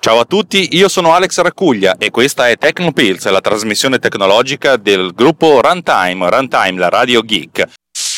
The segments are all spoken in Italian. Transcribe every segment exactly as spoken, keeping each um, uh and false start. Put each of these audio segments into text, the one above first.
Ciao a tutti, io sono Alex Raccuglia e questa è TechnoPills, la trasmissione tecnologica del gruppo Runtime, Runtime, la radio geek.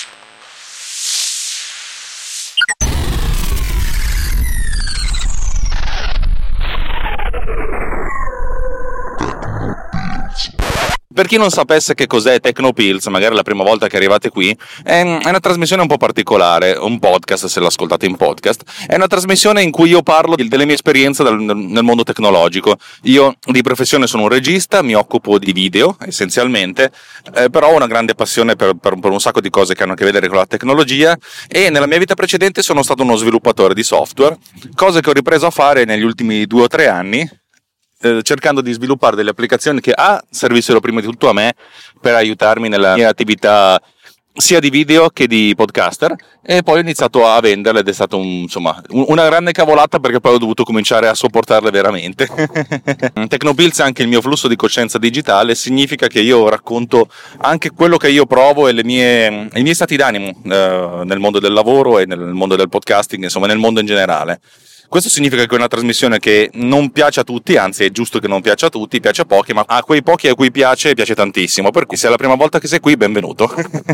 Per chi non sapesse che cos'è TechnoPills, magari la prima volta che arrivate qui, è una trasmissione un po' particolare, un podcast se l'ascoltate in podcast, è una trasmissione in cui io parlo delle mie esperienze nel mondo tecnologico. Io di professione sono un regista, mi occupo di video essenzialmente, eh, però ho una grande passione per, per, per un sacco di cose che hanno a che vedere con la tecnologia e nella mia vita precedente sono stato uno sviluppatore di software, cosa che ho ripreso a fare negli ultimi due o tre anni, Eh, cercando di sviluppare delle applicazioni che A servissero prima di tutto a me per aiutarmi nella mia attività sia di video che di podcaster, e poi ho iniziato a venderle ed è stata un, insomma una grande cavolata, perché poi ho dovuto cominciare a sopportarle veramente. TechnoPills è anche il mio flusso di coscienza digitale, significa che io racconto anche quello che io provo e le mie, i miei stati d'animo eh, nel mondo del lavoro e nel mondo del podcasting, insomma nel mondo in generale. Questo significa che è una trasmissione che non piace a tutti, anzi è giusto che non piaccia a tutti, piace a pochi, ma a quei pochi a cui piace, piace tantissimo, per cui se è la prima volta che sei qui, benvenuto.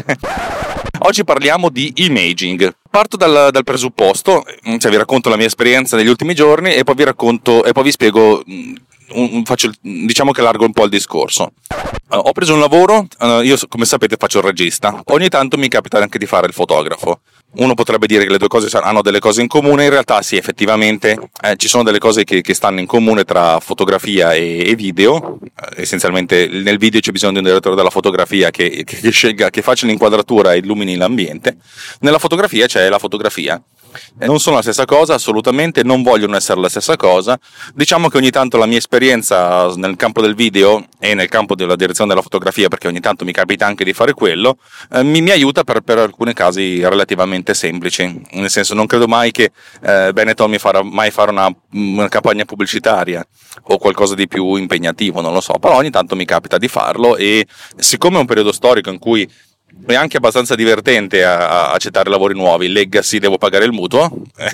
Oggi parliamo di imaging. Parto dal, dal presupposto, cioè vi racconto la mia esperienza negli ultimi giorni e poi vi racconto e poi vi spiego, un, faccio, diciamo che allargo un po' il discorso. Uh, ho preso un lavoro, uh, io come sapete faccio il regista, ogni tanto mi capita anche di fare il fotografo. Uno potrebbe dire che le due cose hanno delle cose in comune, in realtà sì, effettivamente eh, ci sono delle cose che, che stanno in comune tra fotografia e, e video. Eh, essenzialmente nel video c'è bisogno di un direttore della fotografia che, che, che scelga, che faccia l'inquadratura e illumini l'ambiente. Nella fotografia c'è la fotografia. Eh, non sono la stessa cosa, assolutamente, non vogliono essere la stessa cosa. Diciamo che ogni tanto la mia esperienza nel campo del video e nel campo della direzione della fotografia, perché ogni tanto mi capita anche di fare quello, eh, mi, mi aiuta per, per alcuni casi relativamente semplici. Nel senso, non credo mai che eh, Benetton mi farà mai fare una, una campagna pubblicitaria o qualcosa di più impegnativo, non lo so, però ogni tanto mi capita di farlo, e siccome è un periodo storico in cui è anche abbastanza divertente a, a accettare lavori nuovi, legacy, devo pagare il mutuo,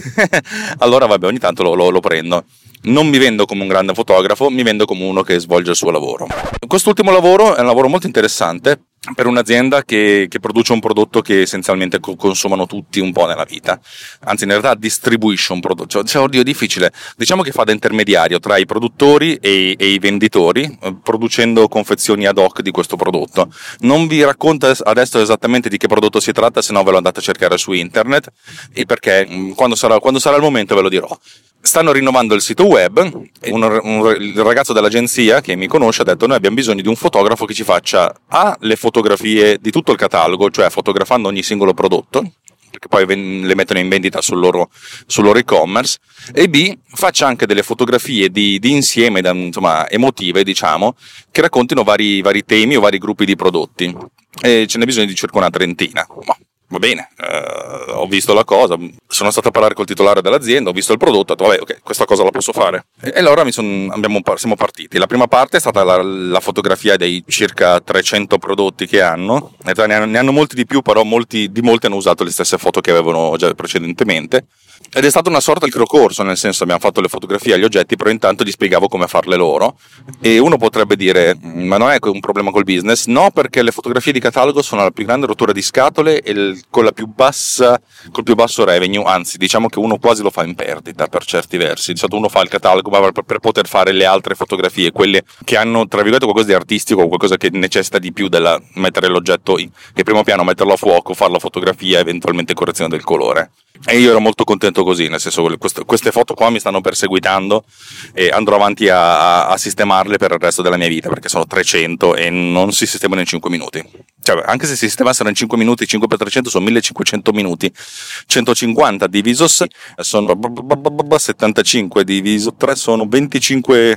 allora vabbè, ogni tanto lo, lo, lo prendo. Non mi vendo come un grande fotografo, mi vendo come uno che svolge il suo lavoro. Quest'ultimo lavoro è un lavoro molto interessante per un'azienda che, che produce un prodotto che essenzialmente consumano tutti un po' nella vita, anzi in realtà distribuisce un prodotto, cioè, cioè oddio difficile, diciamo che fa da intermediario tra i produttori e, e i venditori, eh, producendo confezioni ad hoc di questo prodotto. Non vi racconto adesso esattamente di che prodotto si tratta, se no ve lo andate a cercare su internet, e perché quando sarà, quando sarà il momento ve lo dirò. Stanno rinnovando il sito web e un, un, il ragazzo dell'agenzia che mi conosce ha detto: noi abbiamo bisogno di un fotografo che ci faccia A, le fotografie di tutto il catalogo, cioè fotografando ogni singolo prodotto, perché poi le mettono in vendita sul loro, sul loro e-commerce, e B, faccia anche delle fotografie di, di insieme, da, insomma emotive, diciamo, che raccontino vari, vari temi o vari gruppi di prodotti, e ce n'è bisogno di circa una trentina. Ma va bene, eh, ho visto la cosa, sono stato a parlare col titolare dell'azienda, ho visto il prodotto, ho detto vabbè, ok, questa cosa la posso fare. E, e allora mi son, abbiamo, siamo partiti. La prima parte è stata la, la fotografia dei circa trecento prodotti che hanno, ne hanno, ne hanno molti di più, però molti, di molti hanno usato le stesse foto che avevano già precedentemente. Ed è stata una sorta di crocorso, nel senso abbiamo fatto le fotografie agli oggetti, però intanto gli spiegavo come farle loro. E uno potrebbe dire: ma non è un problema col business? No, perché le fotografie di catalogo sono la più grande rottura di scatole e il, con la più bassa, col più basso revenue, anzi diciamo che uno quasi lo fa in perdita per certi versi. Di solito uno fa il catalogo per, per poter fare le altre fotografie, quelle che hanno tra virgolette qualcosa di artistico, qualcosa che necessita di più della mettere l'oggetto in, che primo piano, metterlo a fuoco, fare la fotografia, eventualmente correzione del colore. E io ero molto contento così, nel senso che queste, queste foto qua mi stanno perseguitando e andrò avanti a, a, a sistemarle per il resto della mia vita, perché sono trecento e non si sistemano in cinque minuti. Cioè, anche se si sistemassero in cinque minuti, cinque per trecento sono millecinquecento minuti, centocinquanta diviso sei sono settantacinque diviso tre sono venticinque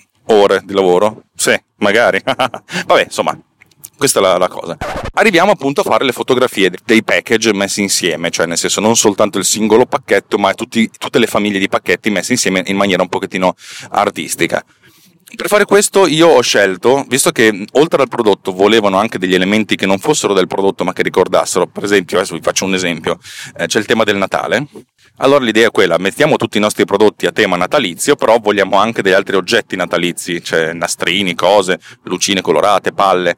ore di lavoro. Sì, magari. Vabbè, insomma, questa è la, la cosa. Arriviamo appunto a fare le fotografie dei package messi insieme, cioè nel senso non soltanto il singolo pacchetto, ma tutti, tutte le famiglie di pacchetti messi insieme in maniera un pochettino artistica. Per fare questo io ho scelto, visto che oltre al prodotto volevano anche degli elementi che non fossero del prodotto ma che ricordassero, per esempio, adesso vi faccio un esempio, eh, c'è il tema del Natale. Allora l'idea è quella, mettiamo tutti i nostri prodotti a tema natalizio, però vogliamo anche degli altri oggetti natalizi, cioè nastrini, cose, lucine colorate, palle.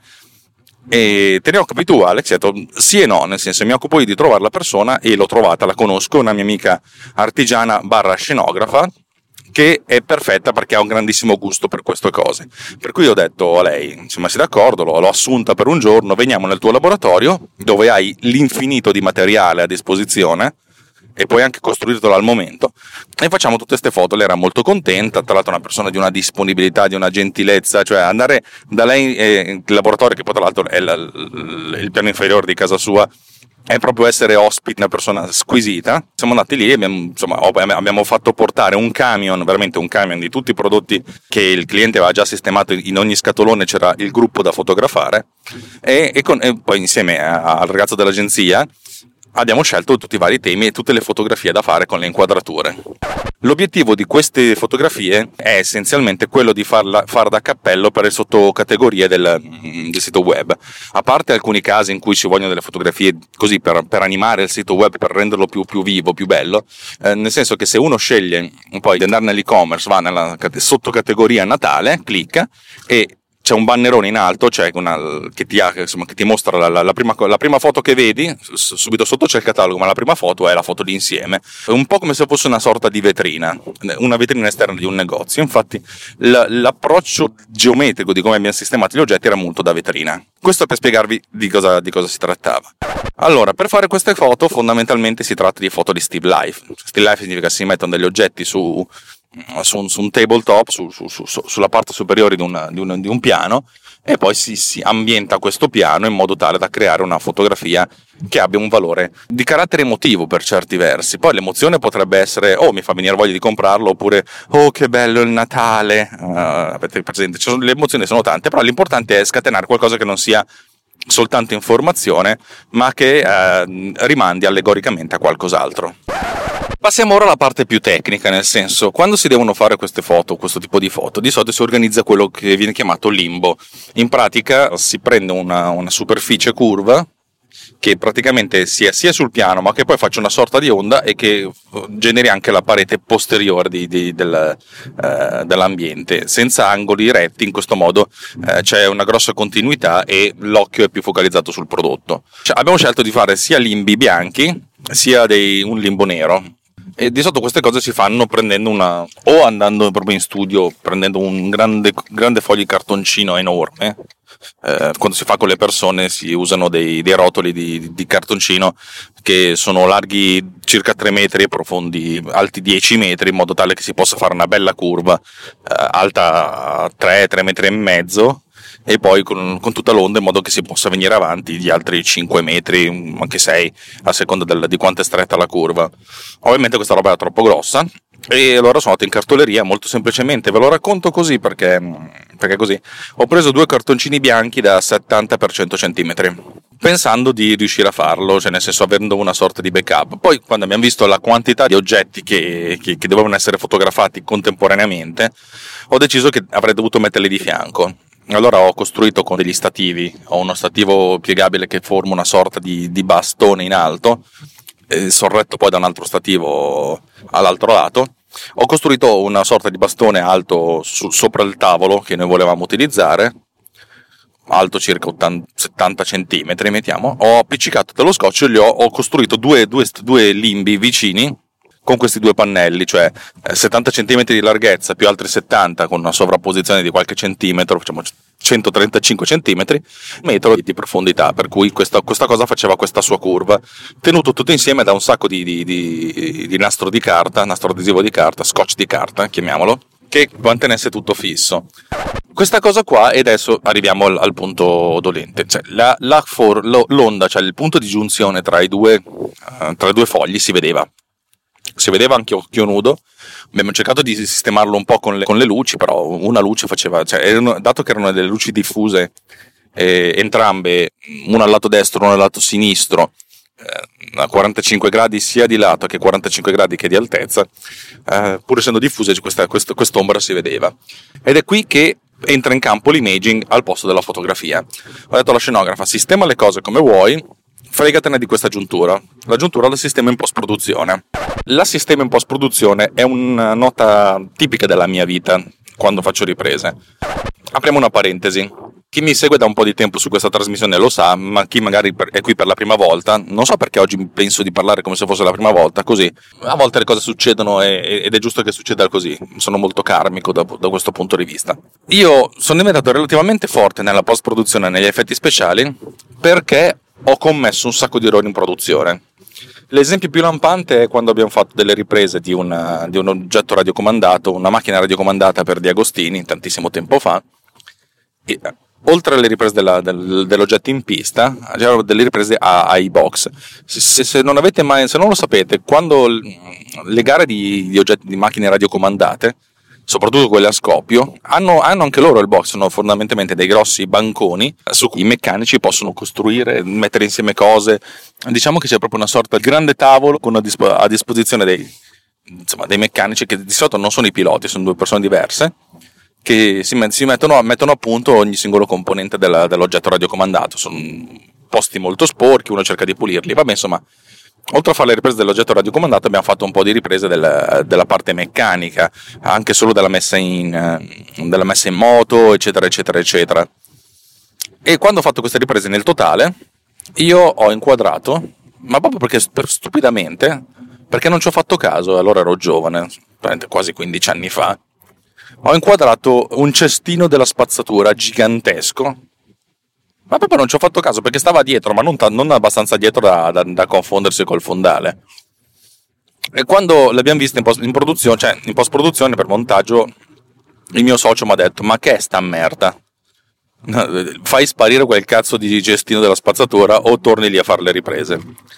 E te ne occupi tu, Alex? Ho detto sì e no, nel senso mi occupo io di trovare la persona, e l'ho trovata, la conosco, una mia amica artigiana barra scenografa, che è perfetta perché ha un grandissimo gusto per queste cose. Per cui ho detto a lei, insomma, sei d'accordo, l'ho, l'ho assunta per un giorno, veniamo nel tuo laboratorio dove hai l'infinito di materiale a disposizione e puoi anche costruirtelo al momento, e facciamo tutte queste foto. Lei era molto contenta, tra l'altro una persona di una disponibilità, di una gentilezza, cioè andare da lei eh, il laboratorio, che poi tra l'altro è la, il piano inferiore di casa sua, è proprio essere ospite, una persona squisita. Siamo andati lì e abbiamo, insomma, abbiamo fatto portare un camion, veramente un camion di tutti i prodotti che il cliente aveva già sistemato. In ogni scatolone c'era il gruppo da fotografare, e, e, con, e poi insieme al ragazzo dell'agenzia abbiamo scelto tutti i vari temi e tutte le fotografie da fare con le inquadrature. L'obiettivo di queste fotografie è essenzialmente quello di farla, far da cappello per le sottocategorie del, del sito web. A parte alcuni casi in cui ci vogliono delle fotografie così per, per animare il sito web, per renderlo più, più vivo, più bello, eh, nel senso che se uno sceglie poi di andare nell'e-commerce, va nella sottocategoria Natale, clicca e c'è un bannerone in alto, cioè una, che, ti ha, insomma, che ti mostra la, la, la, prima, la prima foto che vedi, subito sotto c'è il catalogo, ma la prima foto è la foto di insieme. È un po' come se fosse una sorta di vetrina, una vetrina esterna di un negozio. Infatti l'approccio geometrico di come abbiamo sistemato gli oggetti era molto da vetrina. Questo per spiegarvi di cosa, di cosa si trattava. Allora, per fare queste foto fondamentalmente si tratta di foto di still life. Still life significa che si mettono degli oggetti su Su un, su un tabletop, su, su, su, sulla parte superiore di un, di un, di un piano, e poi si, si ambienta questo piano in modo tale da creare una fotografia che abbia un valore di carattere emotivo per certi versi. Poi l'emozione potrebbe essere oh, mi fa venire voglia di comprarlo, oppure oh, che bello il Natale, uh, avete presente, cioè, le emozioni sono tante, però l'importante è scatenare qualcosa che non sia soltanto informazione, ma che uh, rimandi allegoricamente a qualcos'altro. Passiamo ora alla parte più tecnica, nel senso, quando si devono fare queste foto, questo tipo di foto, di solito si organizza quello che viene chiamato limbo. In pratica si prende una, una superficie curva che praticamente sia, sia sul piano, ma che poi faccia una sorta di onda e che generi anche la parete posteriore di, di, del, eh, dell'ambiente, senza angoli retti. In questo modo eh, c'è una grossa continuità e l'occhio è più focalizzato sul prodotto. Cioè, abbiamo scelto di fare sia limbi bianchi sia dei, un limbo nero. E di solito queste cose si fanno prendendo una, o andando proprio in studio, prendendo un grande, grande foglio di cartoncino enorme. Eh, quando si fa con le persone si usano dei, dei rotoli di, di cartoncino che sono larghi circa tre metri e profondi, alti dieci metri, in modo tale che si possa fare una bella curva eh, alta tre, tre metri e mezzo, e poi con, con tutta l'onda, in modo che si possa venire avanti di altri cinque metri, anche sei, a seconda del, di quanto è stretta la curva. Ovviamente questa roba era troppo grossa, e allora sono andato in cartoleria. Molto semplicemente ve lo racconto così perché, perché così ho preso due cartoncini bianchi da settanta per cento centimetri, pensando di riuscire a farlo, cioè nel senso avendo una sorta di backup. Poi quando abbiamo visto la quantità di oggetti che, che, che dovevano essere fotografati contemporaneamente, ho deciso che avrei dovuto metterli di fianco. Allora ho costruito con degli stativi, ho uno stativo piegabile che forma una sorta di, di bastone in alto, eh, sorretto poi da un altro stativo all'altro lato. Ho costruito una sorta di bastone alto su, sopra il tavolo che noi volevamo utilizzare, alto circa ottanta, settanta centimetri, mettiamo. Ho appiccicato dello scotch e gli ho, ho costruito due, due, due limbi vicini con questi due pannelli, cioè settanta centimetri di larghezza più altri settanta, con una sovrapposizione di qualche centimetro, facciamo centotrentacinque centimetri, metro di profondità, per cui questa, questa cosa faceva questa sua curva, tenuto tutto insieme da un sacco di, di, di, di nastro di carta, nastro adesivo di carta, scotch di carta, chiamiamolo, che mantenesse tutto fisso. Questa cosa qua, e adesso arriviamo al, al punto dolente, cioè la, la for, lo, l'onda, cioè il punto di giunzione tra i due, uh, tra i due fogli si vedeva. Si vedeva anche occhio nudo. Abbiamo cercato di sistemarlo un po' con le, con le luci, però una luce faceva, cioè erano, dato che erano delle luci diffuse, eh, entrambe, una al lato destro, una al lato sinistro, eh, a quarantacinque gradi sia di lato che quarantacinque gradi che di altezza, eh, pur essendo diffuse questa, questa, quest'ombra si vedeva. Ed è qui che entra in campo l'imaging al posto della fotografia. Ho detto alla scenografa: sistema le cose come vuoi, fregatene di questa giuntura. La giuntura la sistema in post-produzione. La sistema in post-produzione è una nota tipica della mia vita quando faccio riprese. Apriamo una parentesi. Chi mi segue da un po' di tempo su questa trasmissione lo sa, ma chi magari è qui per la prima volta, non so perché oggi penso di parlare come se fosse la prima volta, così. A volte le cose succedono e, ed è giusto che succeda così, sono molto karmico da, da questo punto di vista. Io sono diventato relativamente forte nella post-produzione e negli effetti speciali perché ho commesso un sacco di errori in produzione. L'esempio più lampante è quando abbiamo fatto delle riprese di, una, di un oggetto radiocomandato, una macchina radiocomandata per Di Agostini, tantissimo tempo fa. E, oltre alle riprese della, del, dell'oggetto in pista, c'erano delle riprese a, ai box. Se, se, se non avete mai, se non lo sapete, quando le gare di, di oggetti di macchine radiocomandate, soprattutto quelle a scoppio, hanno, hanno anche loro il box, sono fondamentalmente dei grossi banconi su cui i meccanici possono costruire, mettere insieme cose. Diciamo che c'è proprio una sorta di grande tavolo con a, disp- a disposizione dei, insomma, dei meccanici che di solito non sono i piloti, sono due persone diverse, che si, met- si mettono, mettono a punto ogni singolo componente della, dell'oggetto radiocomandato. Sono posti molto sporchi, uno cerca di pulirli, vabbè, insomma. Oltre a fare le riprese dell'oggetto radiocomandato, abbiamo fatto un po' di riprese del, della parte meccanica, anche solo della messa in, della messa in moto, eccetera, eccetera, eccetera. E quando ho fatto queste riprese nel totale, io ho inquadrato, ma proprio perché per, stupidamente, perché non ci ho fatto caso, allora ero giovane, quasi quindici anni fa, ho inquadrato un cestino della spazzatura gigantesco. Ma proprio non ci ho fatto caso perché stava dietro, ma non, ta- non abbastanza dietro da, da, da confondersi col fondale. E quando l'abbiamo vista in, post- in produzione, cioè in post-produzione per montaggio, il mio socio mi ha detto: ma che è sta merda? Fai sparire quel cazzo di cestino della spazzatura o torni lì a fare le riprese.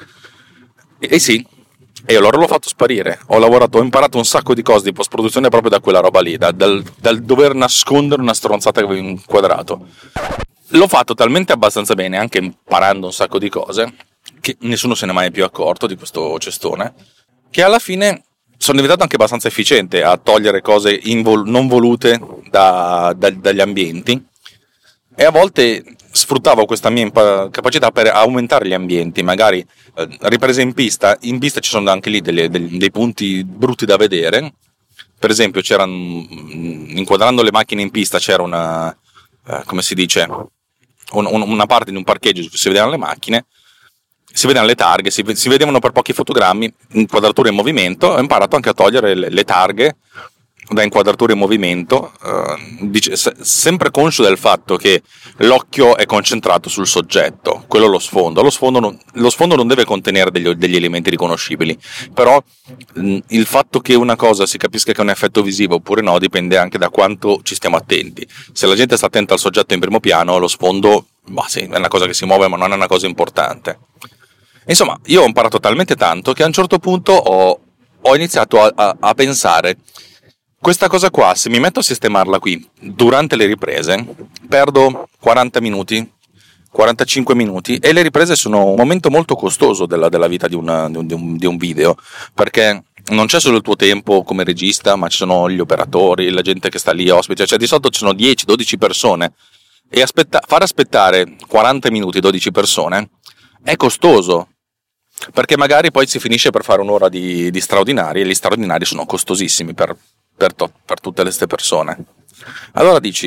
E, e sì, e allora l'ho fatto sparire. Ho lavorato, ho imparato un sacco di cose di post-produzione proprio da quella roba lì, da, dal, dal dover nascondere una stronzata che avevo inquadrato. L'ho fatto talmente abbastanza bene, anche imparando un sacco di cose, che nessuno se ne è mai più accorto di questo cestone, che alla fine sono diventato anche abbastanza efficiente a togliere cose invol- non volute da, da, dagli ambienti, e a volte sfruttavo questa mia impa- capacità per aumentare gli ambienti, magari eh, riprese in pista. In pista ci sono anche lì delle, dei, dei punti brutti da vedere. Per esempio, c'erano, inquadrando le macchine in pista, c'era una, eh, come si dice, un, un, una parte di un parcheggio dove si vedevano le macchine, si vedevano le targhe, si, si vedevano per pochi fotogrammi, inquadratura in movimento. Ho imparato anche a togliere le, le targhe da inquadratura in movimento, eh, dice, se, sempre conscio del fatto che l'occhio è concentrato sul soggetto, quello lo sfondo. Lo sfondo non, lo sfondo non deve contenere degli, degli elementi riconoscibili, però mh, il fatto che una cosa si capisca che è un effetto visivo oppure no dipende anche da quanto ci stiamo attenti. Se la gente sta attenta al soggetto in primo piano, lo sfondo, bah, sì, è una cosa che si muove, ma non è una cosa importante. Insomma, io ho imparato talmente tanto che a un certo punto ho, ho iniziato a, a, a pensare: questa cosa qua, se mi metto a sistemarla qui durante le riprese, perdo quaranta minuti, quarantacinque minuti, e le riprese sono un momento molto costoso della, della vita di, una, di, un, di un video, perché non c'è solo il tuo tempo come regista, ma ci sono gli operatori, la gente che sta lì ospite, cioè di solito ci sono dieci dodici persone, e aspetta, far aspettare quaranta minuti dodici persone è costoso, perché magari poi si finisce per fare un'ora di, di straordinari, e gli straordinari sono costosissimi per Per, to- per tutte queste persone. Allora dici,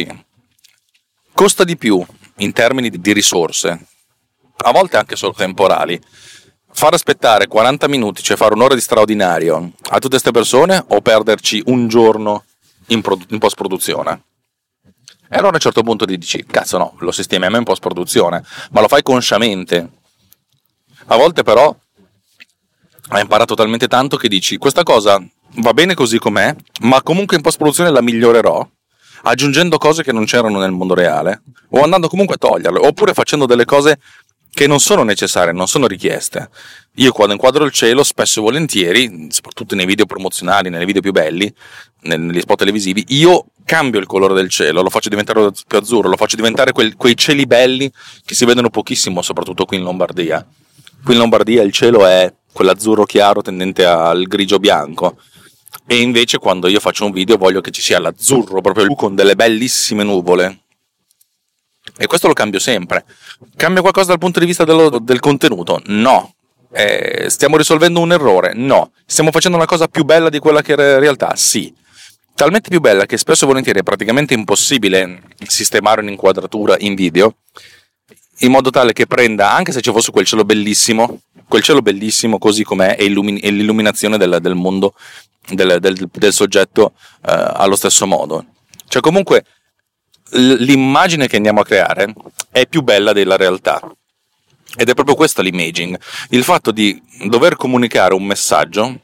costa di più in termini di, di risorse, a volte anche solo temporali, far aspettare quaranta minuti, cioè fare un'ora di straordinario a tutte queste persone, o perderci un giorno in, pro- in post-produzione? E allora a un certo punto ti dici: cazzo no, lo sistemiamo in post-produzione, ma lo fai consciamente. A volte però hai imparato talmente tanto che dici: questa cosa va bene così com'è, ma comunque in post-produzione la migliorerò, aggiungendo cose che non c'erano nel mondo reale, o andando comunque a toglierle, oppure facendo delle cose che non sono necessarie, non sono richieste. Io quando inquadro il cielo, spesso e volentieri, soprattutto nei video promozionali, nei video più belli, negli spot televisivi, io cambio il colore del cielo, lo faccio diventare più azzurro, lo faccio diventare quel, quei cieli belli che si vedono pochissimo, soprattutto qui in Lombardia. Qui in Lombardia il cielo è quell'azzurro chiaro tendente al grigio bianco, e invece quando io faccio un video voglio che ci sia l'azzurro proprio con delle bellissime nuvole, e questo lo cambio sempre. Cambia qualcosa dal punto di vista dello, del contenuto? No. Eh, stiamo risolvendo un errore? No. Stiamo facendo una cosa più bella di quella che era in realtà? Sì. Talmente più bella che spesso e volentieri è praticamente impossibile sistemare un'inquadratura in video in modo tale che prenda, anche se ci fosse quel cielo bellissimo, quel cielo bellissimo così com'è, e, illumini, e l'illuminazione del, del mondo, del, del, del soggetto eh, allo stesso modo. Cioè comunque l'immagine che andiamo a creare è più bella della realtà, ed è proprio questo l'imaging, il fatto di dover comunicare un messaggio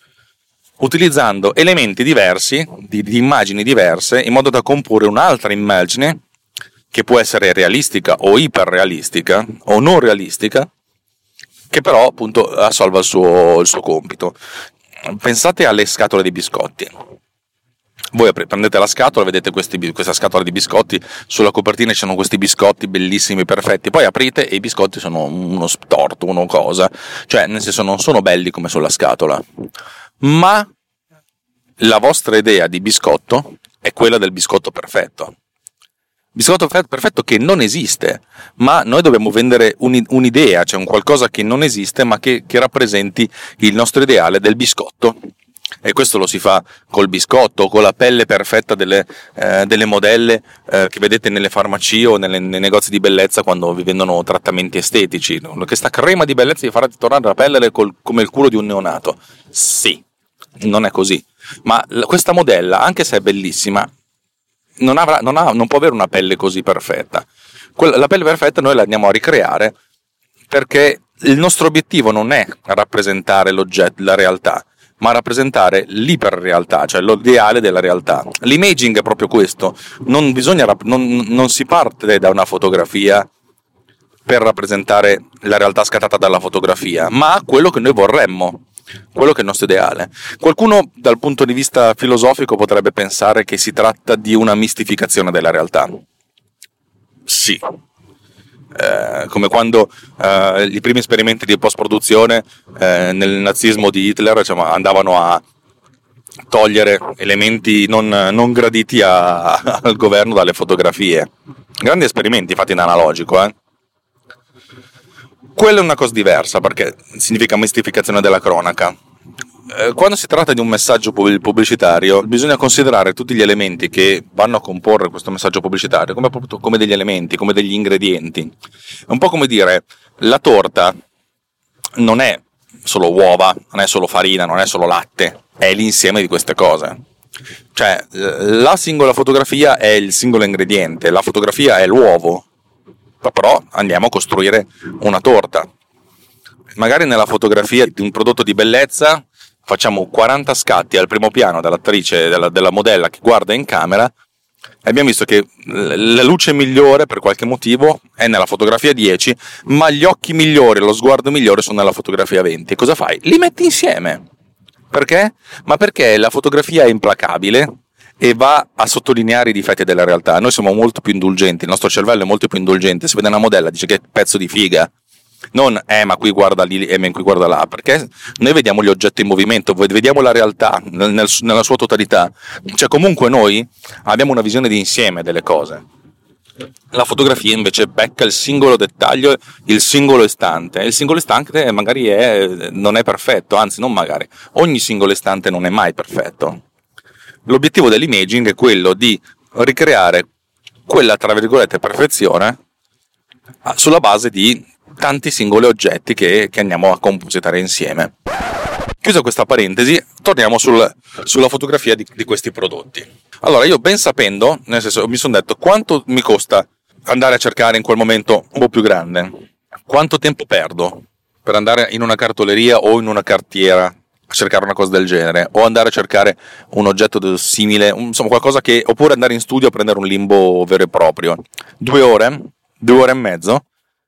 utilizzando elementi diversi, di, di immagini diverse, in modo da comporre un'altra immagine che può essere realistica o iperrealistica o non realistica, che però appunto assolva il suo, il suo compito. Pensate alle scatole di biscotti. Voi prendete la scatola, vedete questi, questa scatola di biscotti, sulla copertina ci sono questi biscotti bellissimi, perfetti, poi aprite e i biscotti sono uno storto, una cosa, cioè nel senso non sono belli come sulla scatola, ma la vostra idea di biscotto è quella del biscotto perfetto. Biscotto perfetto che non esiste, ma noi dobbiamo vendere un'idea, cioè un qualcosa che non esiste ma che, che rappresenti il nostro ideale del biscotto. E questo lo si fa col biscotto, con la pelle perfetta delle, eh, delle modelle eh, che vedete nelle farmacie o nelle, nei negozi di bellezza quando vi vendono trattamenti estetici. Questa crema di bellezza vi farà tornare la pelle col, come il culo di un neonato. Sì, non è così. Ma questa modella, anche se è bellissima, non, avrà, non, ha, non può avere una pelle così perfetta. Quella, la pelle perfetta noi la andiamo a ricreare perché il nostro obiettivo non è rappresentare l'oggetto, la realtà, ma rappresentare l'iperrealtà, cioè l'ideale della realtà. L'imaging è proprio questo, non, bisogna, non, non si parte da una fotografia per rappresentare la realtà scattata dalla fotografia, ma quello che noi vorremmo, quello che è il nostro ideale. Qualcuno dal punto di vista filosofico potrebbe pensare che si tratta di una mistificazione della realtà. Sì. Eh, come quando eh, i primi esperimenti di post-produzione eh, nel nazismo di Hitler, diciamo, andavano a togliere elementi non, non graditi a, al governo dalle fotografie. Grandi esperimenti fatti in analogico, eh. Quella è una cosa diversa perché significa mistificazione della cronaca. Quando si tratta di un messaggio pubblicitario bisogna considerare tutti gli elementi che vanno a comporre questo messaggio pubblicitario come, come degli elementi, come degli ingredienti. È un po' come dire, la torta non è solo uova, non è solo farina, non è solo latte, è l'insieme di queste cose. Cioè la singola fotografia è il singolo ingrediente, la fotografia è l'uovo, però andiamo a costruire una torta. Magari nella fotografia di un prodotto di bellezza facciamo quaranta scatti al primo piano dell'attrice, della, della modella che guarda in camera, e abbiamo visto che la luce migliore per qualche motivo è nella fotografia dieci, ma gli occhi migliori, lo sguardo migliore sono nella fotografia venti. Cosa fai? Li metti insieme. Perché? Ma perché la fotografia è implacabile e va a sottolineare i difetti della realtà. Noi siamo molto più indulgenti, il nostro cervello è molto più indulgente. Se vede una modella dice che pezzo di figa, non eh ma qui guarda lì e eh, qui guarda là, perché noi vediamo gli oggetti in movimento, vediamo la realtà nel, nel, nella sua totalità. Cioè comunque noi abbiamo una visione di insieme delle cose. La fotografia invece becca il singolo dettaglio, il singolo istante. Il singolo istante magari è, non è perfetto, anzi non magari, ogni singolo istante non è mai perfetto. L'obiettivo dell'imaging è quello di ricreare quella, tra virgolette, perfezione sulla base di tanti singoli oggetti che, che andiamo a compositare insieme. Chiusa questa parentesi, torniamo sul, sulla fotografia di, di questi prodotti. Allora, io ben sapendo, nel senso, mi sono detto quanto mi costa andare a cercare in quel momento un po' più grande, quanto tempo perdo per andare in una cartoleria o in una cartiera a cercare una cosa del genere, o andare a cercare un oggetto simile, insomma qualcosa che, oppure andare in studio a prendere un limbo vero e proprio. Due ore, due ore e mezzo.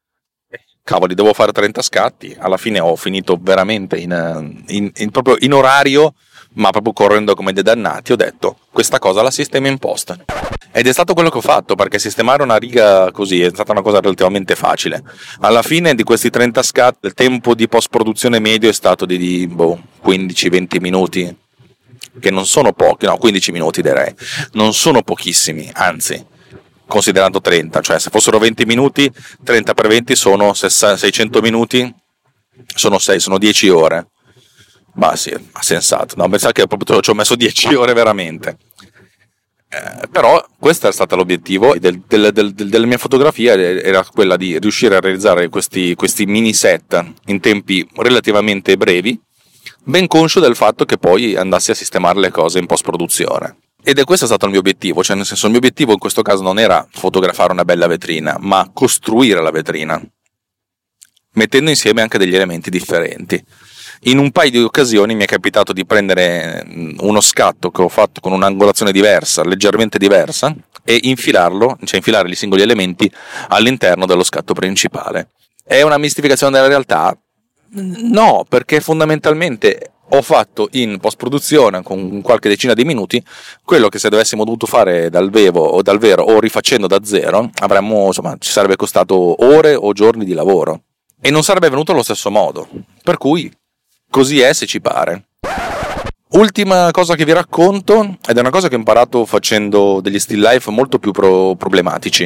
Cavoli, devo fare trenta scatti, alla fine ho finito veramente in, in, in, proprio in orario ma proprio correndo come dei dannati ho detto questa cosa la sistemo in post. Ed è stato quello che ho fatto, perché sistemare una riga così è stata una cosa relativamente facile. Alla fine di questi trenta scat il tempo di post produzione medio è stato di, di boh, quindici venti minuti, che non sono pochi, no quindici minuti direi, non sono pochissimi, anzi considerando trenta, cioè se fossero venti minuti, trenta per venti sono seicento minuti, sono sei, sono dieci ore. Ma sì, ha sensato, no, pensate che proprio ci ho messo dieci ore veramente. Eh, però questo è stato l'obiettivo del, del, del, della mia fotografia, era quella di riuscire a realizzare questi, questi mini set in tempi relativamente brevi, ben conscio del fatto che poi andassi a sistemare le cose in post produzione. Ed è questo stato il mio obiettivo, cioè nel senso il mio obiettivo in questo caso non era fotografare una bella vetrina, ma costruire la vetrina, mettendo insieme anche degli elementi differenti. In un paio di occasioni mi è capitato di prendere uno scatto che ho fatto con un'angolazione diversa, leggermente diversa, e infilarlo, cioè infilare i singoli elementi all'interno dello scatto principale. È una mistificazione della realtà? No, perché fondamentalmente ho fatto in post-produzione con qualche decina di minuti quello che se dovessimo dovuto fare dal vivo o dal vero o rifacendo da zero, avremmo, insomma, ci sarebbe costato ore o giorni di lavoro e non sarebbe venuto allo stesso modo. Per cui così è se ci pare. Ultima cosa che vi racconto, ed è una cosa che ho imparato facendo degli still life molto più pro- problematici.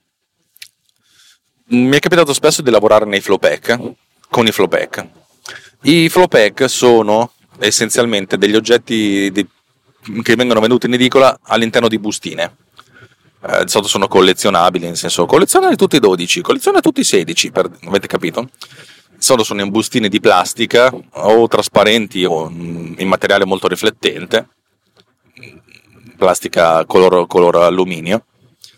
Mi è capitato spesso di lavorare nei flow pack, con i flow pack. I flow pack sono essenzialmente degli oggetti di, che vengono venduti in edicola all'interno di bustine. Eh, di solito sono collezionabili, nel senso colleziona tutti i dodici, colleziona tutti i sedici, per, avete capito? Solo sono in bustine di plastica o trasparenti o in materiale molto riflettente, plastica color, color alluminio,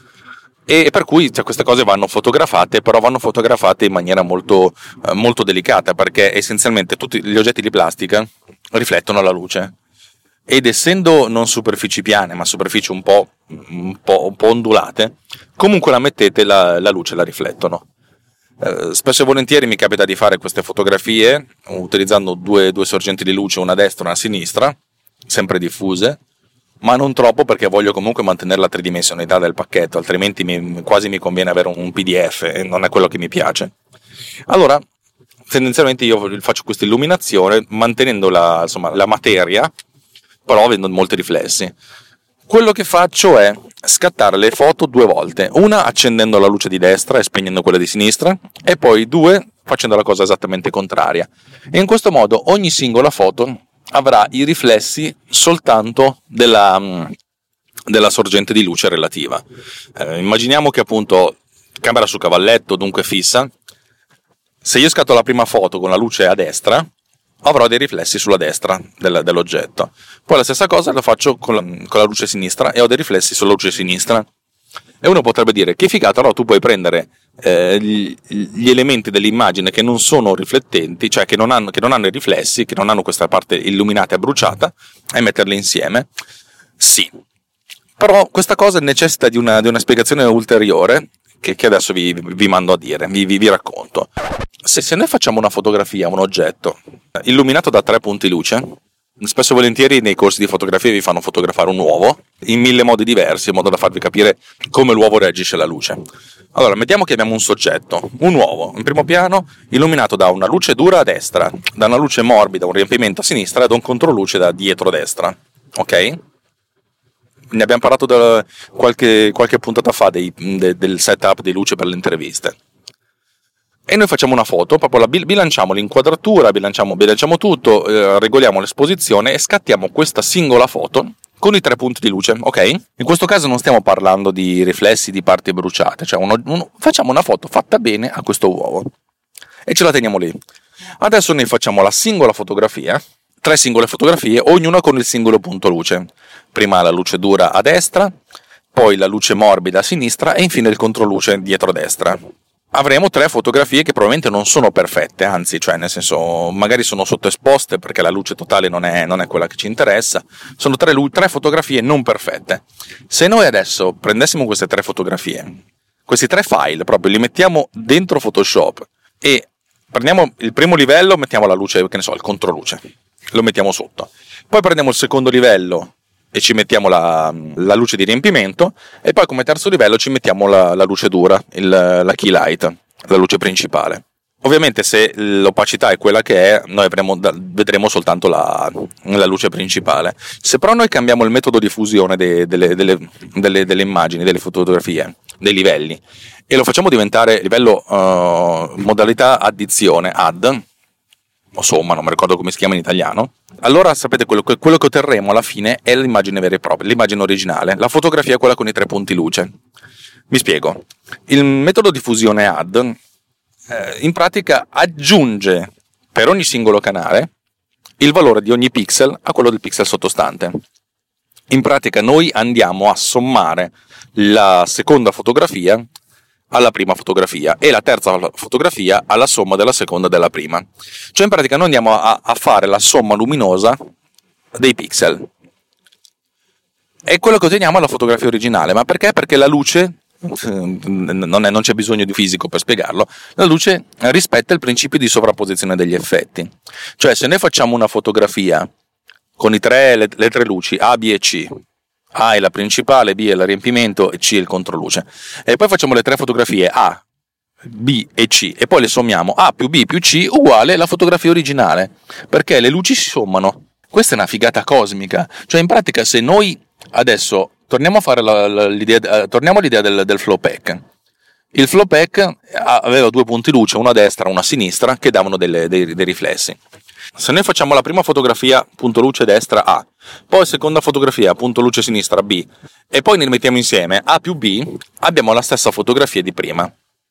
e per cui cioè, queste cose vanno fotografate, però vanno fotografate in maniera molto, eh, molto delicata, perché essenzialmente tutti gli oggetti di plastica riflettono la luce ed essendo non superfici piane ma superfici un po', un po', un po' ondulate, comunque la mettete la, la luce la riflettono. Uh, spesso e volentieri mi capita di fare queste fotografie utilizzando due, due sorgenti di luce, una a destra e una a sinistra, sempre diffuse, ma non troppo perché voglio comunque mantenere la tridimensionalità del pacchetto, altrimenti mi, quasi mi conviene avere un P D F e non è quello che mi piace. Allora, tendenzialmente io faccio questa illuminazione mantenendo la, insomma, la materia, però avendo molti riflessi. Quello che faccio è scattare le foto due volte, una accendendo la luce di destra e spegnendo quella di sinistra, e poi due facendo la cosa esattamente contraria. E in questo modo ogni singola foto avrà i riflessi soltanto della, della sorgente di luce relativa. Eh, immaginiamo che appunto camera su cavalletto, dunque fissa. Se io scatto la prima foto con la luce a destra, avrò dei riflessi sulla destra del, dell'oggetto. Poi la stessa cosa la faccio con la, con la luce sinistra e ho dei riflessi sulla luce sinistra. E uno potrebbe dire che figata, allora tu puoi prendere eh, gli, gli elementi dell'immagine che non sono riflettenti, cioè che non, hanno, che non hanno i riflessi, che non hanno questa parte illuminata e bruciata, e metterli insieme. Sì, però questa cosa necessita di una, di una spiegazione ulteriore che, che adesso vi, vi mando a dire, vi, vi, vi racconto. Se, se noi facciamo una fotografia, un oggetto illuminato da tre punti luce, spesso e volentieri nei corsi di fotografia vi fanno fotografare un uovo in mille modi diversi, in modo da farvi capire come l'uovo reagisce alla luce. Allora, mettiamo che abbiamo un soggetto, un uovo, in primo piano, illuminato da una luce dura a destra, da una luce morbida, un riempimento a sinistra e da un controluce da dietro a destra. Ok? Ne abbiamo parlato da qualche, qualche puntata fa dei, de, del setup di luce per le interviste. E noi facciamo una foto, proprio la bilanciamo l'inquadratura, bilanciamo, bilanciamo tutto, eh, regoliamo l'esposizione e scattiamo questa singola foto con i tre punti di luce, ok? In questo caso non stiamo parlando di riflessi di parti bruciate, cioè uno, uno, facciamo una foto fatta bene a questo uovo e ce la teniamo lì. Adesso noi facciamo la singola fotografia, tre singole fotografie, ognuna con il singolo punto luce. Prima la luce dura a destra, poi la luce morbida a sinistra e infine il controluce dietro a destra. Avremo tre fotografie che probabilmente non sono perfette, anzi, cioè nel senso magari sono sottoesposte perché la luce totale non è, non è quella che ci interessa. Sono tre, tre fotografie non perfette. Se noi adesso prendessimo queste tre fotografie, questi tre file proprio li mettiamo dentro Photoshop e prendiamo il primo livello, mettiamo la luce, che ne so, il controluce, lo mettiamo sotto. Poi prendiamo il secondo livello e ci mettiamo la, la luce di riempimento, e poi come terzo livello ci mettiamo la, la luce dura, il, la key light, la luce principale. Ovviamente se l'opacità è quella che è, noi avremo, vedremo soltanto la, la luce principale. Se però noi cambiamo il metodo di fusione de, delle, delle, delle, delle immagini, delle fotografie, dei livelli, e lo facciamo diventare livello uh, modalità addizione, add, o somma, non mi ricordo come si chiama in italiano, allora sapete quello che, quello che otterremo alla fine è l'immagine vera e propria, l'immagine originale. La fotografia è quella con i tre punti luce. Mi spiego. Il metodo di fusione add eh, in pratica aggiunge per ogni singolo canale il valore di ogni pixel a quello del pixel sottostante. In pratica noi andiamo a sommare la seconda fotografia alla prima fotografia e la terza fotografia alla somma della seconda e della prima. Cioè in pratica noi andiamo a, a fare la somma luminosa dei pixel. È quello che otteniamo alla fotografia originale. Ma perché? Perché la luce, non, è, non c'è bisogno di fisico per spiegarlo, la luce rispetta il principio di sovrapposizione degli effetti. Cioè se noi facciamo una fotografia con i tre, le, le tre luci A, B e C, A è la principale, B è il riempimento e C è il controluce, e poi facciamo le tre fotografie A, B e C e poi le sommiamo, A più B più C uguale la fotografia originale, perché le luci si sommano. Questa è una figata cosmica. Cioè in pratica se noi adesso torniamo a fare la, la, l'idea, eh, torniamo all'idea del, del flow pack. Il flow pack aveva due punti luce, uno a destra e uno a sinistra, che davano delle, dei, dei riflessi. Se noi facciamo la prima fotografia punto luce destra A, poi seconda fotografia punto luce sinistra B, e poi ne mettiamo insieme A più B, abbiamo la stessa fotografia di prima.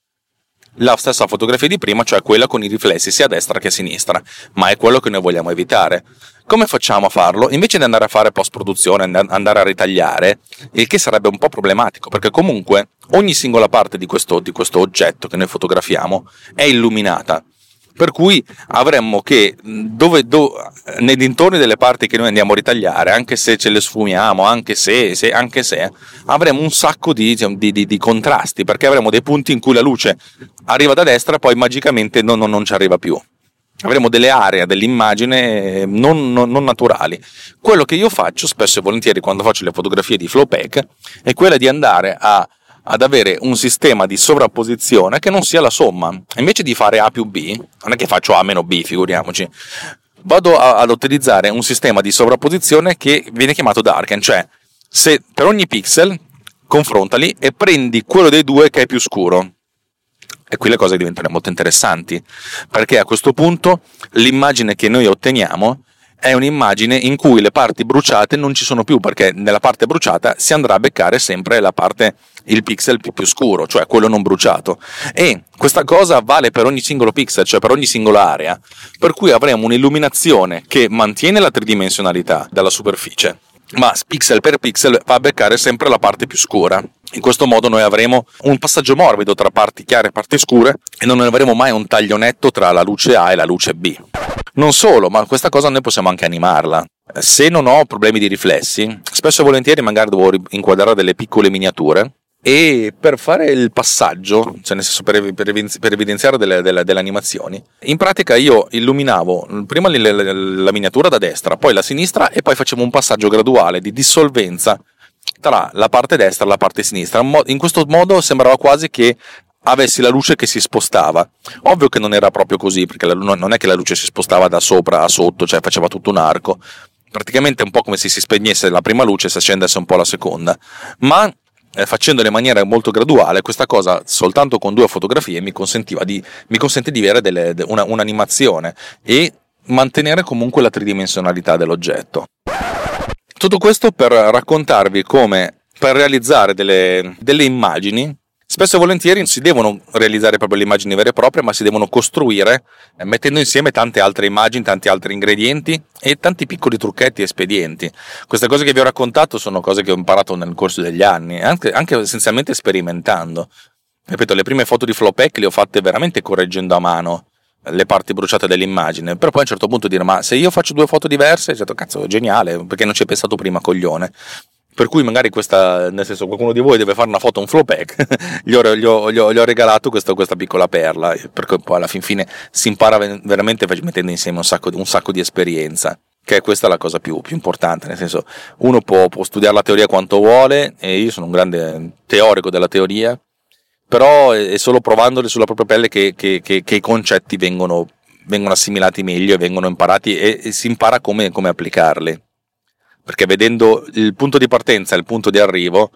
La stessa fotografia di prima, cioè quella con i riflessi sia a destra che a sinistra, ma è quello che noi vogliamo evitare. Come facciamo a farlo? Invece di andare a fare post-produzione, andare a ritagliare, il che sarebbe un po' problematico, perché comunque ogni singola parte di questo, di questo oggetto che noi fotografiamo è illuminata. Per cui avremmo che, dove, dove, nei dintorni delle parti che noi andiamo a ritagliare, anche se ce le sfumiamo, anche se, se, anche se avremo un sacco di, di, di, di contrasti, perché avremo dei punti in cui la luce arriva da destra e poi magicamente non, non, non ci arriva più. Avremo delle aree dell'immagine non, non, non naturali. Quello che io faccio spesso e volentieri quando faccio le fotografie di flow pack è quella di andare a ad avere un sistema di sovrapposizione che non sia la somma. Invece di fare A più B, non è che faccio A meno B, figuriamoci, vado a, ad utilizzare un sistema di sovrapposizione che viene chiamato darken, cioè se per ogni pixel confrontali e prendi quello dei due che è più scuro. E qui le cose diventano molto interessanti, perché a questo punto l'immagine che noi otteniamo è un'immagine in cui le parti bruciate non ci sono più, perché nella parte bruciata si andrà a beccare sempre la parte, il pixel più, più scuro, cioè quello non bruciato, e questa cosa vale per ogni singolo pixel, cioè per ogni singola area, per cui avremo un'illuminazione che mantiene la tridimensionalità della superficie, ma pixel per pixel va a beccare sempre la parte più scura. In questo modo noi avremo un passaggio morbido tra parti chiare e parti scure e non avremo mai un taglio netto tra la luce A e la luce B. Non solo, ma questa cosa noi possiamo anche animarla. Se non ho problemi di riflessi, spesso e volentieri magari devo inquadrare delle piccole miniature, e per fare il passaggio, cioè nel senso per, per, per evidenziare delle, delle, delle animazioni, in pratica io illuminavo prima la, la, la miniatura da destra, poi la sinistra, e poi facevo un passaggio graduale di dissolvenza tra la parte destra e la parte sinistra. In questo modo sembrava quasi che avessi la luce che si spostava. Ovvio che non era proprio così, perché la, non è che la luce si spostava da sopra a sotto, cioè faceva tutto un arco. Praticamente è un po' come se si spegnesse la prima luce e si accendesse un po' la seconda, ma eh, facendolo in maniera molto graduale, questa cosa soltanto con due fotografie mi consentiva di, mi consente di avere delle, una, un'animazione e mantenere comunque la tridimensionalità dell'oggetto. Tutto questo per raccontarvi come per realizzare delle, delle immagini spesso e volentieri non si devono realizzare proprio le immagini vere e proprie, ma si devono costruire eh, mettendo insieme tante altre immagini, tanti altri ingredienti e tanti piccoli trucchetti e espedienti. Queste cose che vi ho raccontato sono cose che ho imparato nel corso degli anni, anche, anche essenzialmente sperimentando. Ripeto, le prime foto di flow pack le ho fatte veramente correggendo a mano le parti bruciate dell'immagine, però poi a un certo punto dire: ma se io faccio due foto diverse, ho detto cazzo è geniale, perché non ci hai pensato prima, coglione. Per cui magari questa, nel senso, qualcuno di voi deve fare una foto, un flow pack, gli, ho, gli, ho, gli, ho, gli ho regalato questo, questa piccola perla, perché poi alla fin fine si impara veramente mettendo insieme un sacco, un sacco di esperienza. che questa è la cosa più, più importante, nel senso, uno può, può studiare la teoria quanto vuole, e io sono un grande teorico della teoria, però è solo provandoli sulla propria pelle che, che, che, che i concetti vengono, vengono assimilati meglio e vengono imparati, e, e si impara come, come applicarli, perché vedendo il punto di partenza e il punto di arrivo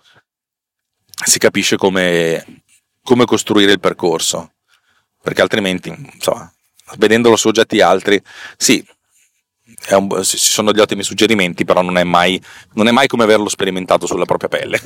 si capisce come, come costruire il percorso, perché altrimenti, insomma, vedendolo su oggetti altri, sì, è un, ci sono degli ottimi suggerimenti, però non è mai, non è mai come averlo sperimentato sulla propria pelle.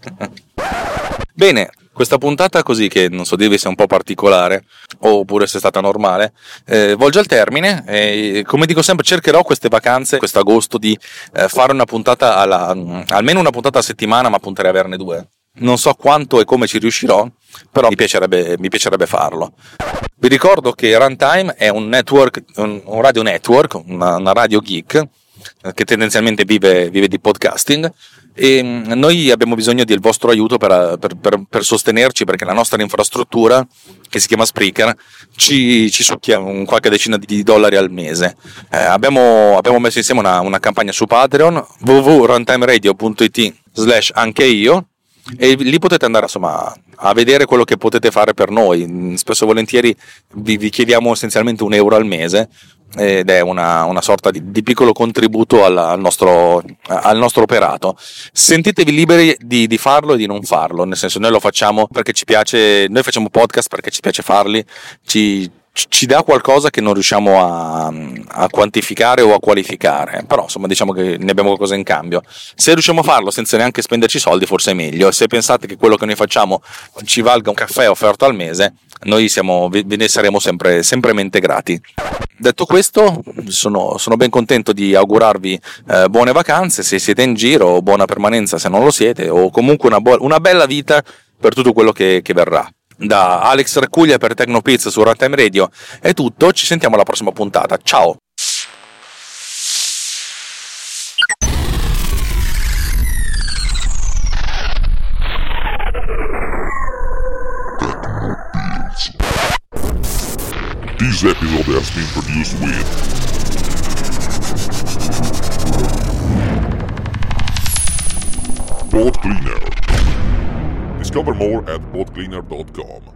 Bene, questa puntata così, che non so dirvi se è un po' particolare oppure se è stata normale, eh, volge al termine, e come dico sempre cercherò queste vacanze, quest'agosto, di eh, fare una puntata alla, almeno una puntata a settimana, ma punterei a averne due. Non so quanto e come ci riuscirò, però mi piacerebbe, mi piacerebbe farlo. Vi ricordo che Runtime è un network, un, un radio network, una, una radio geek che tendenzialmente vive, vive di podcasting, e noi abbiamo bisogno del vostro aiuto per, per, per, per sostenerci, perché la nostra infrastruttura, che si chiama Spreaker, ci, ci succhia un qualche decina di dollari al mese. Eh, abbiamo, abbiamo messo insieme una, una campagna su Patreon, w w w punto runtimeradio punto i t slash anche io, e lì potete andare, insomma, a vedere quello che potete fare per noi. Spesso e volentieri vi, vi chiediamo essenzialmente un euro al mese, ed è una, una sorta di, di piccolo contributo al, al, nostro, al nostro operato. Sentitevi liberi di, di farlo e di non farlo, nel senso, noi lo facciamo perché ci piace, noi facciamo podcast perché ci piace farli, ci ci dà qualcosa che non riusciamo a, a quantificare o a qualificare, però insomma diciamo che ne abbiamo qualcosa in cambio. Se riusciamo a farlo senza neanche spenderci soldi, forse è meglio. Se pensate che quello che noi facciamo ci valga un caffè offerto al mese, noi siamo, ve ne saremo sempre, sempre mente grati. Detto questo, sono, sono ben contento di augurarvi eh, buone vacanze se siete in giro, o buona permanenza se non lo siete, o comunque una, bo- una bella vita per tutto quello che, che verrà. Da Alex Raccuglia per Tecnopiz su Runtime Radio è tutto, ci sentiamo alla prossima puntata, ciao! This episode has been produced with Pod Cleaner. Discover more at pod cleaner dot com.